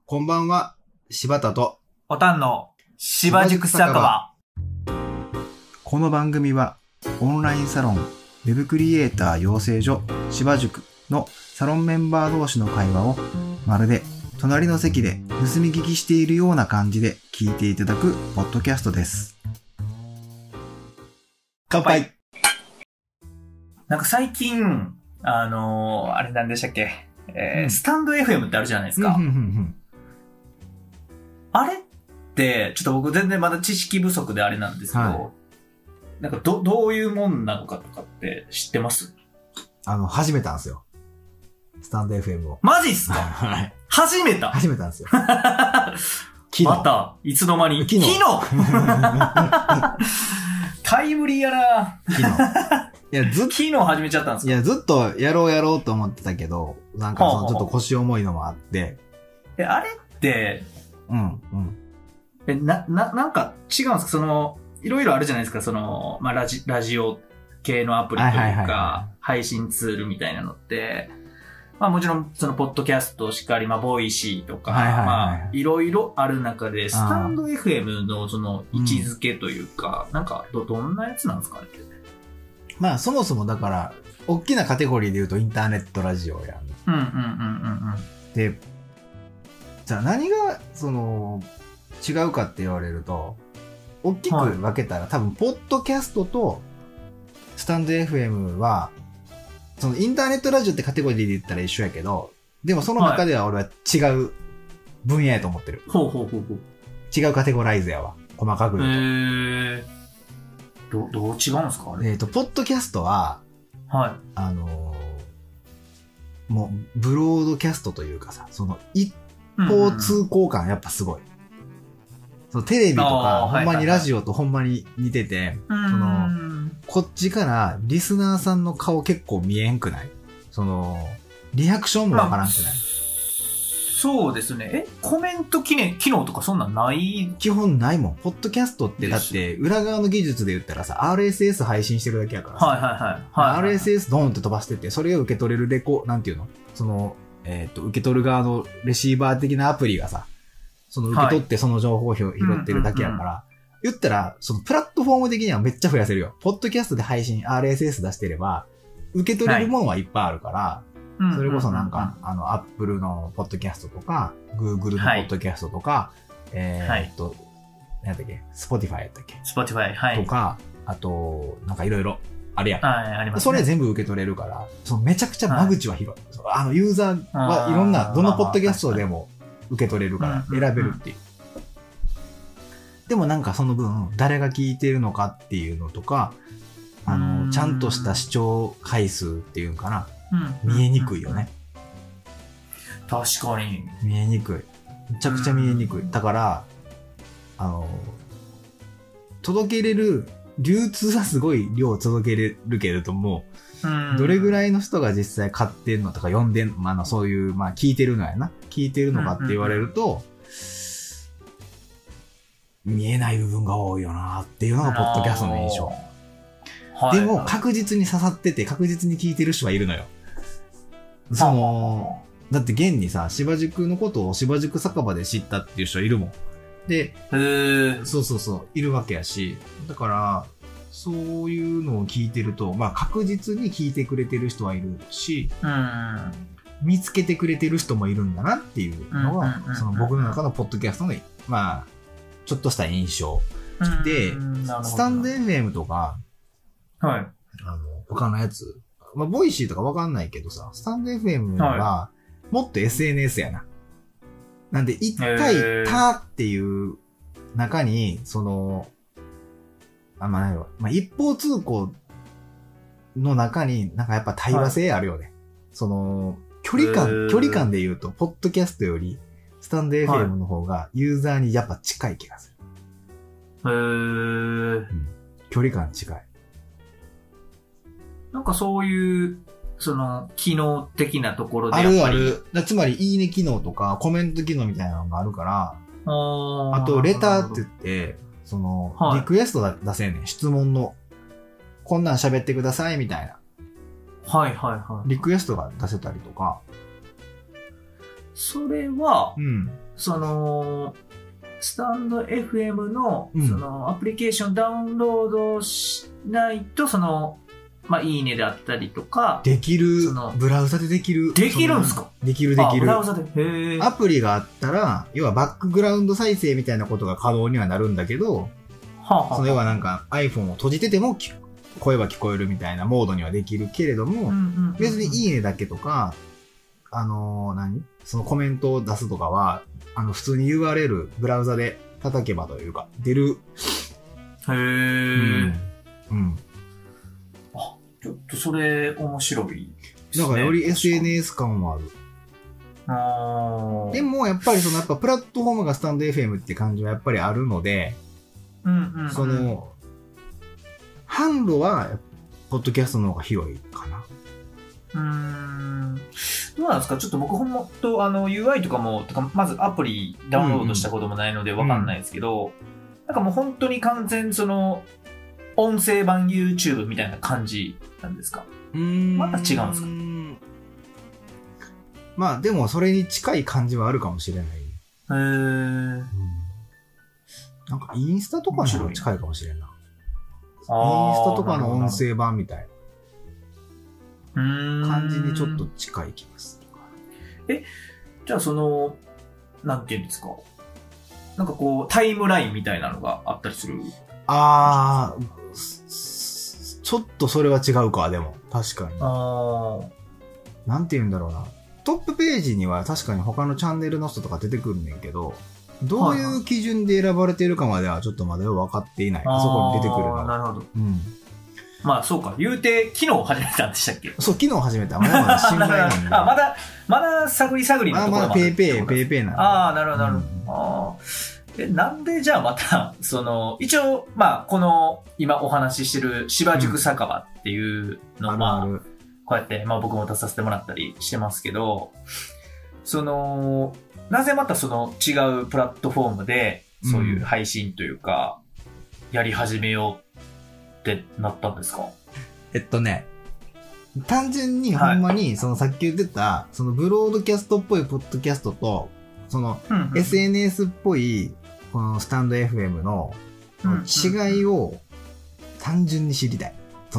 こんばんは、柴田と、 おたんの芝塾酒場。 この番組は、オンラインサロン、ウェブクリエイター養成所、芝塾のサロンメンバー同士の会話を、まるで隣の席で盗み聞きしているような感じで聞いていただくポッドキャストです。乾杯。 なんか最近、あれなんでしたっけ、スタンド FM ってあるじゃないですか。あれって、ちょっと僕全然まだ知識不足であれなんですけど、はい、なんかどういうもんなのかとかって知ってます？ 始めたんですよ。スタンド FM を。 マジっすか？ はい。 始めたんですよ。 また、いつの間に。昨日タイムリーやな。昨日始めちゃったんですか？ いや、ずっとやろうと思ってたけど、なんかちょっと腰重いのもあって。 あれって、なんか違うんですか？いろいろあるじゃないですか、まあ、ラジオ系のアプリというか、配信ツールみたいなのって、まあもちろん、ポッドキャストしかり、まあ、ボイシーとか、まあ、いろいろある中で、スタンド FM の位置づけというか、なんか、どんなやつなんですかね？ まあ、そもそもだから、大きなカテゴリーで言うとインターネットラジオやん。で、じゃあ何が、違うかって言われると、大きく分けたら、多分、ポッドキャストと、スタンド FM は、インターネットラジオってカテゴリーで言ったら一緒やけど、でもその中では俺は違う分野やと思ってる。違うカテゴライズやわ。細かく言うと。どう違うんですか？ ポッドキャストは、もう、ブロードキャストというかさ、一方通行感やっぱすごい。テレビとか、ほんまにラジオとほんまに似てて、こっちからリスナーさんの顔結構見えんくない？リアクションもわからんくない？ そうですね。コメント機能とかそんなんない？ 基本ないもん。ポッドキャストってだって、裏側の技術で言ったらさ、RSS 配信してるだけやからさ。RSS ドーンって飛ばしてて、それを受け取れるなんていうの？受け取る側のレシーバー的なアプリがさ、受け取ってその情報を拾ってるだけやから、言ったら、プラットフォーム的にはめっちゃ増やせるよ。ポッドキャストで配信 RSS 出してれば、受け取れるものはいっぱいあるから、それこそなんか、Apple のポッドキャストとか、Google のポッドキャストとか、何やったっけ ?Spotify やったっけ ?Spotify、 とか、あと、なんかいろいろあるやん。 ありますね。 それ全部受け取れるから、めちゃくちゃ間口は広い。ユーザーはいろんな、どのポッドキャストでも受け取れるから、選べるっていう。でもなんかその分、誰が聞いてるのかっていうのとか、ちゃんとした視聴回数っていうのかな。見えにくいよね。 確かに。 見えにくい。めちゃくちゃ見えにくい。だから、届けれる、流通はすごい量届けれるけれども、どれぐらいの人が実際買ってんのとか読んでんの、そういう、聞いてるのやな。聞いてるのかって言われると、見えない部分が多いよなっていうのがポッドキャストの印象。でも確実に刺さってて確実に聞いてる人はいるのよ。だって現にさ、芝塾のことを芝塾酒場で知ったっていう人いるもん。で、そういるわけやし、だからそういうのを聞いてると、確実に聞いてくれてる人はいるし、見つけてくれてる人もいるんだなっていうのが、僕の中のポッドキャストのちょっとした印象。で、スタンド FM とか、他のやつ、ボイシーとかわかんないけどさ、スタンド FM は、もっと SNS やな。なんで、一対他っていう中に、一方通行の中に、なんかやっぱ対話性あるよね。距離感で言うと、ポッドキャストより、スタンド FM の方がユーザーにやっぱ近い気がする。距離感近い。 なんかそういう、機能的なところでやっぱり。 ある。つまり、いいね機能とか、コメント機能みたいなのがあるから、あと、レターって言って、リクエスト出せんねん。質問の、こんなん喋ってください、みたいな。リクエストが出せたりとか。 それは、 その、スタンド FM の、そのアプリケーションダウンロードしないと、その、まあ、いいねであったりとか。 できる。ブラウザでできる。 できるんですか？ できるできる。 ブラウザで。へー。 アプリがあったら、要はバックグラウンド再生みたいなことが可能にはなるんだけど、その要はなんか iPhone を閉じてても声は聞こえるみたいなモードにはできるけれども、別にいいねだけとか、そのコメントを出すとかは、普通に URL ブラウザで叩けばというか、出る。 へー。あ、ちょっとそれ面白いですね。 だからより SNS 感はある。でもやっぱりやっぱプラットフォームがスタンド FM って感じはやっぱりあるので、その、販路は、ポッドキャストの方が広いかな。 どうなんですか？ちょっと僕ほんと、UI とかも、まずアプリダウンロードしたこともないのでわかんないですけど、なんかもう本当に完全その、音声版 YouTube みたいな感じなんですか？また違うんですか？ まあでもそれに近い感じはあるかもしれない。なんかインスタとかにも近いかもしれんな。インスタとかの音声版みたいな感じにちょっと近い気がする。 じゃあその、なんていうんですか。なんかこう、タイムラインみたいなのがあったりする？ ちょっとそれは違うか、でも。確かに。なんて言うんだろうな。トップページには確かに他のチャンネルの人とか出てくるんねんけど、どういう基準で選ばれているかまではちょっとまだよく分かっていない。あそこに出てくるのは。 なるほど。まあそうか。言うて、昨日始めたんでしたっけ？ そう、昨日始めた。まだまだ新米なんで。 まだ探りのところまだペーペーなんで。なるほど、なるほど。なんでじゃあまた、一応、まあ、この、今お話ししてる芝宿酒場っていうのを、こうやって、まあ僕も出させてもらったりしてますけど、なぜまたその違うプラットフォームで、そういう配信というか、やり始めようってなったんですか？ 単純にほんまに、さっき言ってた、ブロードキャストっぽいポッドキャストと、SNS っぽい、このスタンド FM の違いを単純に知りたい。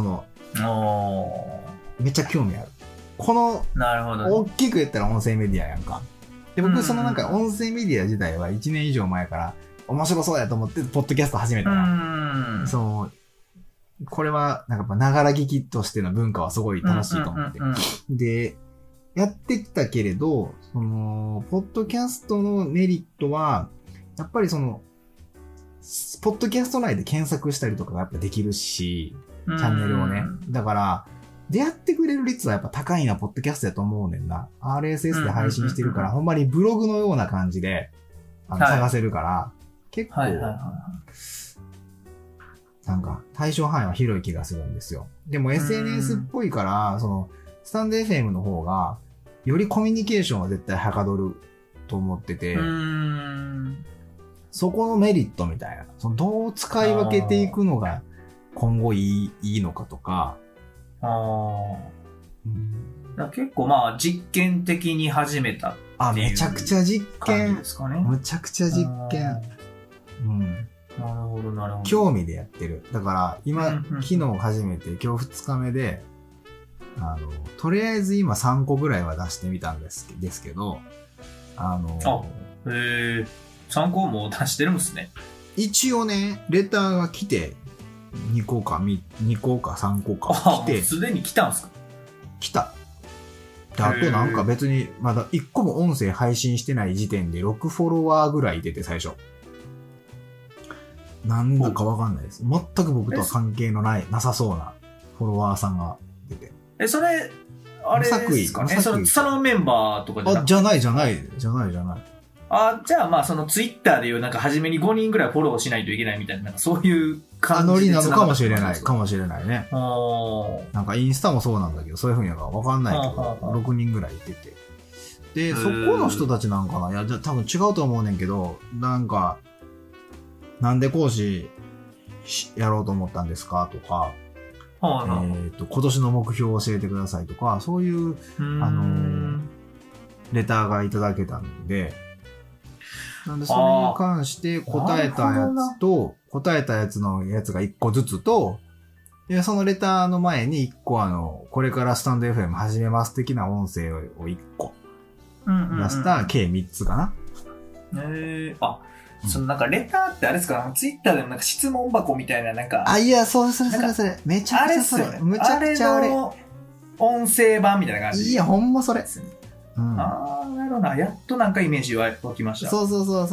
めっちゃ興味ある。 なるほど、ね。 大きく言ったら音声メディアやんか。で、僕なんか音声メディア自体は1年以上前から面白そうやと思って、ポッドキャスト始めたら、これは、なんかやっぱ、ながら聞きとしての文化はすごい楽しいと思って。で、やってきたけれど、ポッドキャストのメリットは、やっぱりポッドキャスト内で検索したりとかがやっぱできるし、チャンネルをね。だから、出会ってくれる率はやっぱ高いな、ポッドキャストやと思うねんな。RSS で配信してるから、ほんまにブログのような感じで、探せるから、結構、なんか、対象範囲は広い気がするんですよ。でも SNS っぽいから、スタンド FM の方が、よりコミュニケーションは絶対はかどると思ってて、そこのメリットみたいな、どう使い分けていくのが今後いいのかとか、 結構まあ実験的に始めたっていう。 めちゃくちゃ実験ですかね。 むちゃくちゃ実験。 なるほど、なるほど。 興味でやってる。だから、今、昨日初めて、今日2日目で、とりあえず今3個ぐらいは出してみたんですけど、 3個も出してるんですね。 一応ね、レターが来て、2個か3個か来て。 もうすでに来たんですか？ 来た。で、あとなんか別に、まだ1個も音声配信してない時点で6フォロワーぐらい出て最初。なんだかわかんないです。全く僕とは関係のなさそうなフォロワーさんが出て。 それ、あれですかね。そのメンバーとかじゃない。じゃない。 じゃあまあツイッターでいうなんか初めに5人ぐらいフォローしないといけないみたいな、なんかそういう感じノリなのかもしれない。かもしれないね。なんかインスタもそうなんだけど、そういう風にはわかんないけど、6人ぐらい出て。で、そこの人たちなんかな？いや、じゃあ多分違うと思うねんけど、なんで講師やろうと思ったんですかとか、今年の目標を教えてくださいとか、そういう、レターがいただけたんで、 なんで、それに関して答えたやつと、答えたやつのやつが1個ずつと、で、そのレターの前に1個これからスタンド FM 始めます的な音声を1個出した計3つかな。 そのなんかレターってあれですか、ツイッターでもなんか質問箱みたいななんか。 いや、それ。めちゃくちゃそれ。むちゃくちゃあれ。 音声版みたいな感じ。 いや、ほんまそれ。 なるほどな。やっとなんかイメージ湧きました。 そう。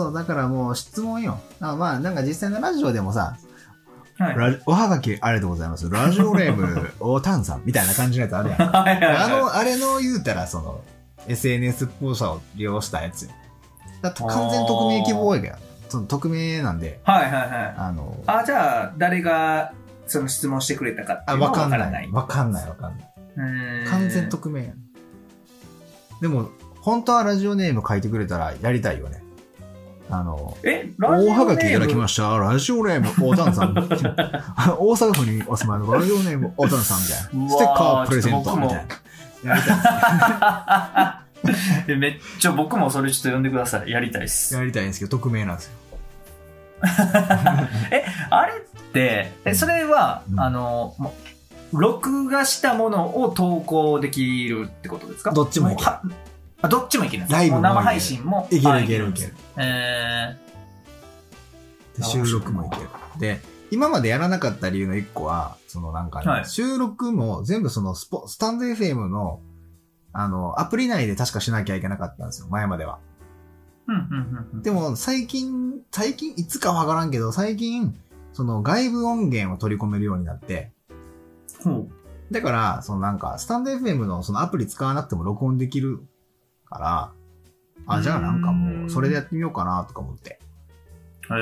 だからもう質問よ。まあ、なんか実際のラジオでもさ、おはがきありがとうございます。ラジオネーム、おたんさんみたいな感じのやつあるやん。あれの言うたら、SNS っぽさを利用したやつよ。だって完全匿名希望やけど、その匿名なんで。 じゃあ、誰が、その質問してくれたかっていうのはわからない。 わかんない。完全匿名やん。でも、本当はラジオネーム書いてくれたらやりたいよね。おはがきいただきました。ラジオネーム、おたんさん。大阪府にお住まいのラジオネーム、おたんさんみたいな。ステッカープレゼントみたいな。やりたいです。 めっちゃ僕もそれちょっと呼んでください。やりたいです。 やりたいんですけど、匿名なんですよ。 あれって、それは、録画したものを投稿できるってことですか？ どっちもいける。 どっちもいけるんですか？ ライブも生配信もいける。で、収録もいける。で、今までやらなかった理由の一個は、収録も全部スタンド FM の、アプリ内で確かしなきゃいけなかったんですよ、前までは。でも、最近、いつかわからんけど、最近、外部音源を取り込めるようになって、だから、スタンド FM のアプリ使わなくても録音できるから、じゃあなんかもう、それでやってみようかなとか思って。や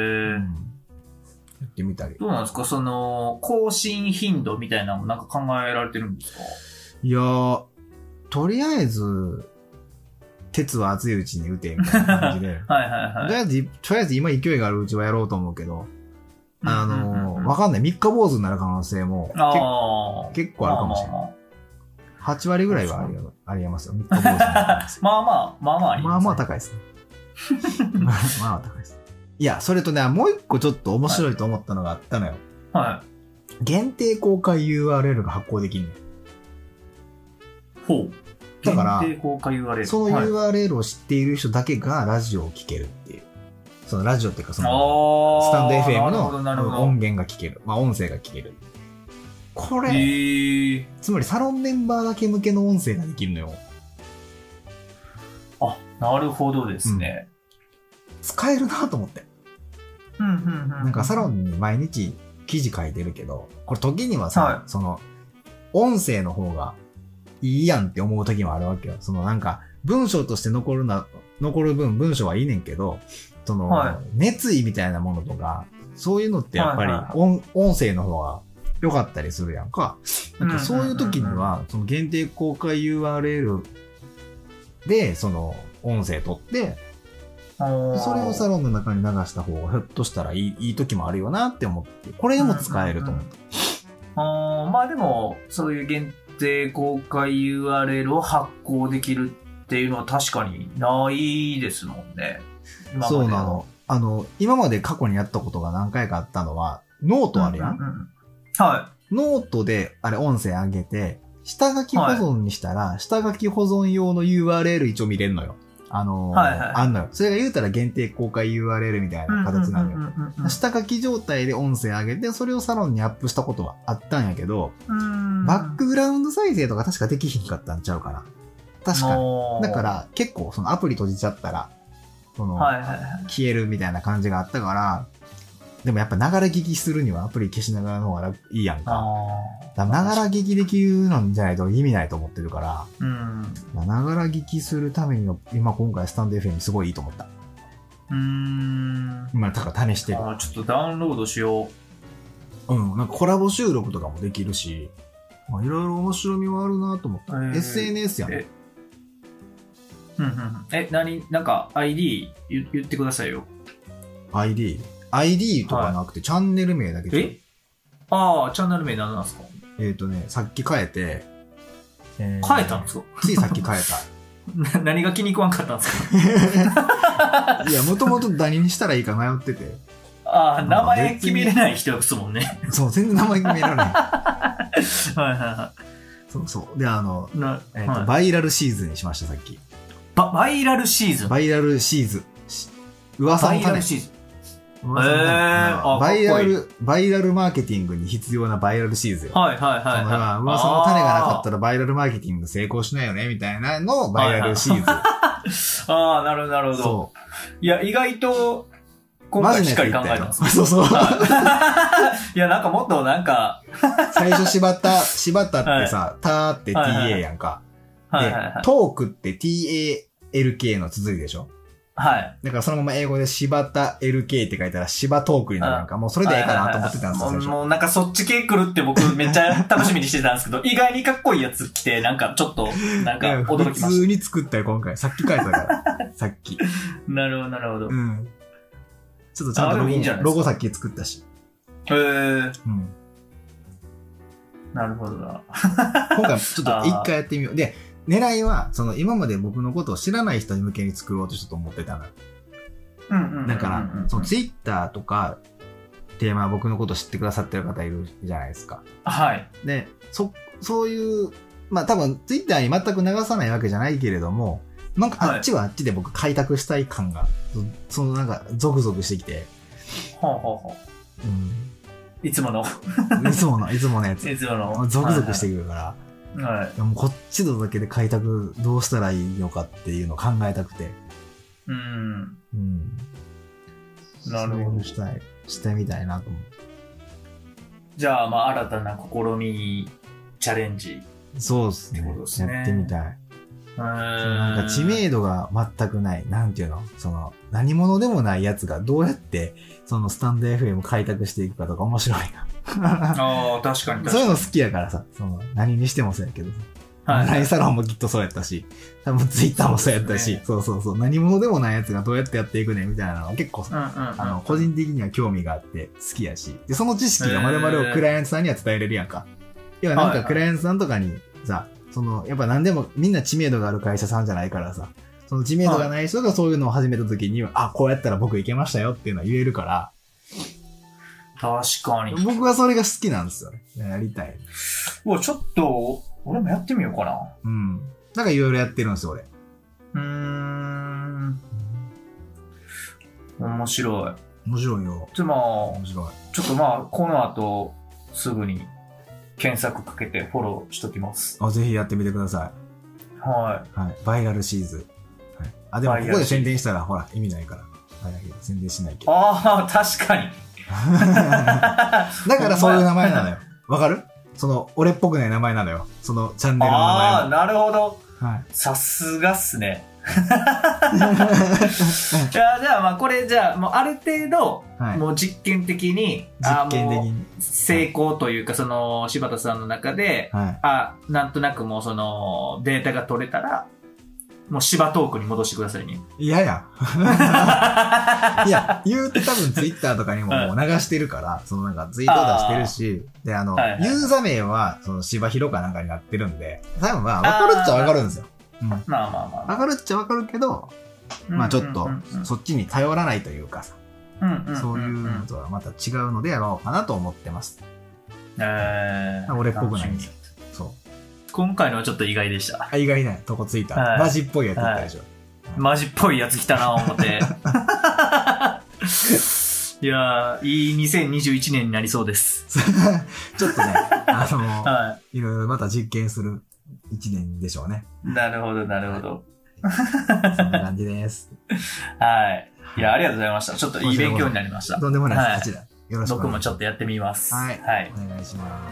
ってみたり。 どうなんですか？更新頻度みたいなのもなんか考えられてるんですか？ いやー、とりあえず、鉄は熱いうちに打て、みたいな感じで。とりあえず今勢いがあるうちはやろうと思うけど、わかんない。三日坊主になる可能性も結構あるかもしれない。8割ぐらいはありますよ。三日坊主になる可能性。 まああります。 まあ高いですね。まあ高いです。いや、それとね、もう一個ちょっと面白いと思ったのがあったのよ。限定公開 URL が発行できるの。 だから、 限定公開 URL。 その URL を知っている人だけがラジオを聴けるっていう。ラジオっていうかスタンド FM の音源が聞ける。音声が聞ける。これ、つまりサロンメンバーだけ向けの音声ができるのよ。 なるほどですね。 使えるなと思って。なんかサロンに毎日記事書いてるけど、これ時にはさ、音声の方がいいやんって思う時もあるわけよ。文章として残る分文章はいいねんけど、熱意みたいなものとか、そういうのってやっぱり音声の方が良かったりするやんか。なんかそういう時には、限定公開 URL で、音声取って、それをサロンの中に流した方がひょっとしたらいい時もあるよなって思って、これでも使えると思った。 でも、そういう限定公開 URL を発行できるっていうのは確かにないですもんね。 そうなの。今まで過去にやったことが何回かあったのは、ノートあるやん。ノートで、音声上げて、下書き保存にしたら、下書き保存用の URL 一応見れるのよ。あんのよ。それが言うたら限定公開 URL みたいな形なのよ。下書き状態で音声上げて、それをサロンにアップしたことはあったんやけど、バックグラウンド再生とか確かできひんかったんちゃうかな。確かに。だから、結構アプリ閉じちゃったら、消えるみたいな感じがあったから、でもやっぱながら聞きするにはアプリ消しながらの方がいいやんか。ながら聞きできるのじゃないと意味ないと思ってるから、ながら聞きするためには今回スタンド FM すごいいいと思った。今だから試してる。 ちょっとダウンロードしよう。なんかコラボ収録とかもできるし、いろいろ面白みはあるなと思った。SNS やん。 なんか ID 言ってくださいよ。 ID とかなくてチャンネル名だけで。 チャンネル名何なんですか？ さっき変えて、 変えたんですか？ ついさっき変えた。 何が気に食わんかったんですか？ いや、もともと何にしたらいいか迷ってて。 ああ、名前決めれない人ですもんね。 そう、全然名前決められない。 はいはいはい。 そうそう。で、バイラルシーズンにしました、さっき。 バイラルシーズンバイラルシーズン。噂の種。 バイラルシーズン。 バイラルマーケティングに必要なバイラルシーズン。 はいはいはい、はい。 噂の種がなかったらバイラルマーケティング成功しないよね、みたいなのをバイラルシーズン。 ああ、なるほどなるほど。そう。いや、意外と、今回しっかり考えたんです。 そうそう。 いや、なんかもっとなんか。 最初柴田ってさ、ターって TA やんか。で、トークって TALK の続きでしょ。 はい。 だからそのまま英語で柴田 LK って書いたら柴トークになるなんか、もうそれでいいかなと思ってたんですよ。 もうなんかそっち系来るって僕めっちゃ楽しみにしてたんですけど、意外にかっこいいやつ来て、なんかちょっと、なんか驚きました。 普通に作ったよ、今回。さっき書いたから。さっき。 なるほど、なるほど。 うん。ちょっとちゃんとロゴさっき作ったし。 うん。なるほどな。 今回ちょっと一回やってみよう。で、狙いは、今まで僕のことを知らない人に向けに作ろうとちょっと思ってたの。だから、ツイッターとか、テーマは僕のことを知ってくださってる方いるじゃないですか。 はい。 で、そういう、まあ多分ツイッターに全く流さないわけじゃないけれども、なんかあっちはあっちで僕開拓したい感が、なんかゾクゾクしてきて。 いつものいつものやつ。 いつもの。 ゾクゾクしてくるから。はい、もうこっちのだけで開拓どうしたらいいのかっていうのを考えたくて。なるほど。してみたいなと思う。 じゃあ、まあ、新たな試み、チャレンジ。 そうですね。やってみたい。なんか知名度が全くない。なんていうの？何者でもないやつがどうやって、スタンド FM 開拓していくかとか面白いな。 ああ、確かに。 そういうの好きやからさ、何にしてもそうやけどさ。オンラインサロンもきっとそうやったし、多分ツイッターもそうやったし、そう。何者でもないやつがどうやってやっていくねみたいなのは結構、個人的には興味があって好きやし、で、その知識が丸々をクライアントさんには伝えれるやんか。要はなんかクライアントさんとかにさ、やっぱ何でもみんな知名度がある会社さんじゃないからさ、その知名度がない人がそういうのを始めた時には、あ、こうやったら僕いけましたよっていうのは言えるから、 確かに。 僕はそれが好きなんですよね。やりたい。 ちょっと、俺もやってみようかな。 なんかいろいろやってるんですよ、俺。 面白い。 面白いよ。 面白い。ちょっとこの後、すぐに検索かけてフォローしときます。 ぜひやってみてください。はい。 バイラルシーズン。でもここで宣伝したら、ほら、意味ないから。宣伝しないけど。 ああ、確かに。 だからそういう名前なのよ。わかる？俺っぽくない名前なのよ。チャンネルの名前。 ああ、なるほど。さすがっすね。じゃあこれもうある程度、もう実験的に成功というか柴田さんの中で、なんとなくもうデータが取れたらもう柴トークに戻してくださいね。 いや。いや、言うて多分ツイッターとかにももう流してるから、なんかツイート出してるし、で、ユーザー名は柴広かなんかになってるんで、多分わかるっちゃわかるんですよ。わかるっちゃわかるけど、ちょっと、そっちに頼らないというかさ、そういうのとはまた違うのでやろうかなと思ってます。俺っぽくないんですよ。そう。 今回のはちょっと意外でした。 意外なとこついた。マジっぽいやつだったでしょ。 マジっぽいやつ来たな、思って。いやー、いい2021年になりそうです。 ちょっとね、いろいろまた実験する1年でしょうね。 なるほど、なるほど。 そんな感じです。 はい。いや、ありがとうございました。ちょっといい勉強になりました。 とんでもないです。こちら。よろしくお願いします。 僕もちょっとやってみます。 はい。お願いします。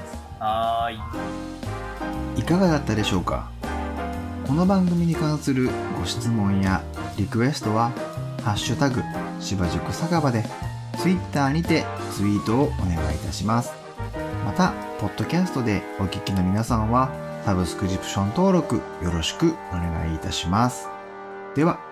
いかがだったでしょうか。この番組に関するご質問やリクエストはハッシュタグ芝塾酒場でツイッターにてツイートをお願いいたします。またポッドキャストでお聞きの皆さんはサブスクリプション登録よろしくお願いいたします。では